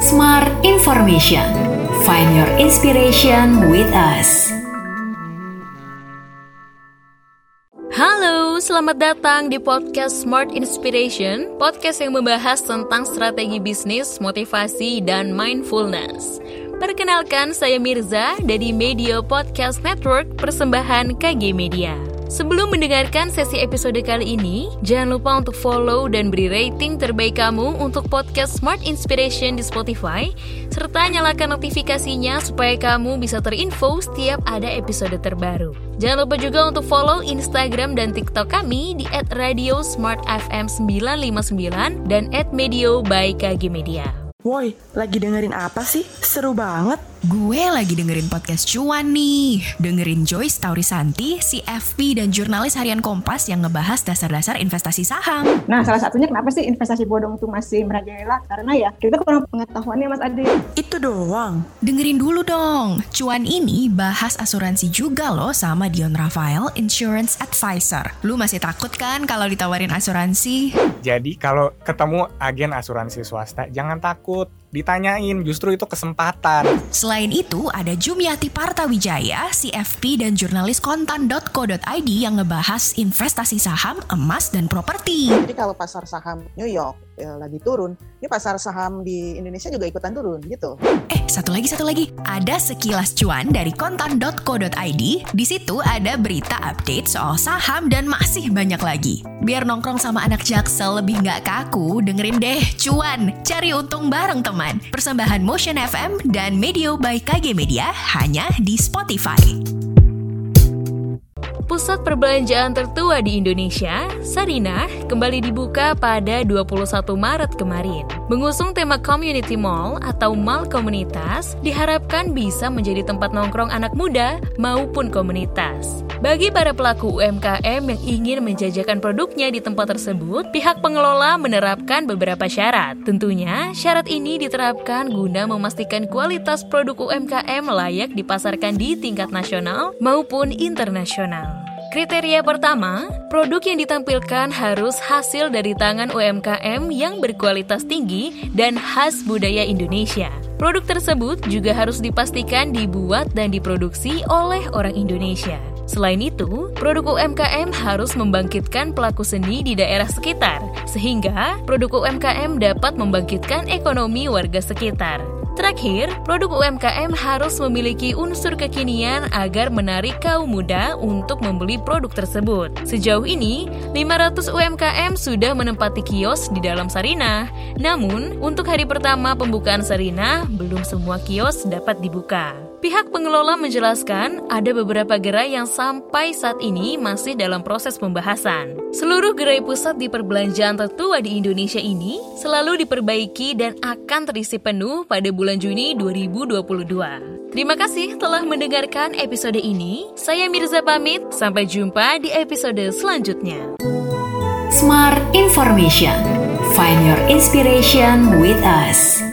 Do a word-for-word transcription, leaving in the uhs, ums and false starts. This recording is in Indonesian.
Smart Information. Find your inspiration with us. Halo, selamat datang di podcast Smart Inspiration, podcast yang membahas tentang strategi bisnis, motivasi, dan mindfulness. Perkenalkan, saya Mirza dari Media Podcast Network persembahan K G Media. Sebelum mendengarkan sesi episode kali ini, jangan lupa untuk follow dan beri rating terbaik kamu untuk podcast Smart Inspiration di Spotify, serta nyalakan notifikasinya supaya kamu bisa terinfo setiap ada episode terbaru. Jangan lupa juga untuk follow Instagram dan TikTok kami di et radio smart f m sembilan lima sembilan dan et medio by K G Media. Woi, lagi dengerin apa sih? Seru banget. Gue lagi dengerin podcast Cuan nih. Dengerin Joyce Taurisanti, C F P dan jurnalis harian Kompas yang ngebahas dasar-dasar investasi saham. Nah, salah satunya kenapa sih investasi bodong itu masih merajalela? Karena ya, kita kurang pengetahuannya, Mas Adi. Itu doang. Dengerin dulu dong. Cuan ini bahas asuransi juga loh sama Dion Rafael, Insurance Advisor. Lu masih takut kan kalau ditawarin asuransi? Jadi kalau ketemu agen asuransi swasta, jangan takut. Ditanyain, justru itu kesempatan. Selain itu, ada Jumiati Partawijaya, C F P dan jurnalis kontan dot co dot i d yang ngebahas investasi saham, emas, dan properti. Jadi kalau pasar saham New York ya, lagi turun, ini pasar saham di Indonesia juga ikutan turun gitu. Eh, satu lagi, satu lagi. Ada Sekilas Cuan dari kontan dot co dot i d. Di situ ada berita update soal saham dan masih banyak lagi. Biar nongkrong sama anak Jaksel lebih nggak kaku, dengerin deh Cuan. Cari untung bareng teman. Persembahan Motion F M dan Medio by K G Media hanya di Spotify. Pusat perbelanjaan tertua di Indonesia, Sarinah, kembali dibuka pada dua puluh satu Maret kemarin. Mengusung tema Community Mall atau Mall Komunitas, diharapkan bisa menjadi tempat nongkrong anak muda maupun komunitas. Bagi para pelaku U M K M yang ingin menjajakan produknya di tempat tersebut, pihak pengelola menerapkan beberapa syarat. Tentunya, syarat ini diterapkan guna memastikan kualitas produk U M K M layak dipasarkan di tingkat nasional maupun internasional. Kriteria pertama, produk yang ditampilkan harus hasil dari tangan U M K M yang berkualitas tinggi dan khas budaya Indonesia. Produk tersebut juga harus dipastikan dibuat dan diproduksi oleh orang Indonesia. Selain itu, produk U M K M harus membangkitkan pelaku seni di daerah sekitar, sehingga produk U M K M dapat membangkitkan ekonomi warga sekitar. Terakhir, produk U M K M harus memiliki unsur kekinian agar menarik kaum muda untuk membeli produk tersebut. Sejauh ini, lima ratus U M K M sudah menempati kios di dalam Sarinah. Namun, untuk hari pertama pembukaan Sarinah, belum semua kios dapat dibuka. Pihak pengelola menjelaskan ada beberapa gerai yang sampai saat ini masih dalam proses pembahasan. Seluruh gerai pusat di perbelanjaan tertua di Indonesia ini selalu diperbaiki dan akan terisi penuh pada bulan Juni dua ribu dua puluh dua. Terima kasih telah mendengarkan episode ini. Saya Mirza pamit, sampai jumpa di episode selanjutnya. Smart Information. Find your inspiration with us.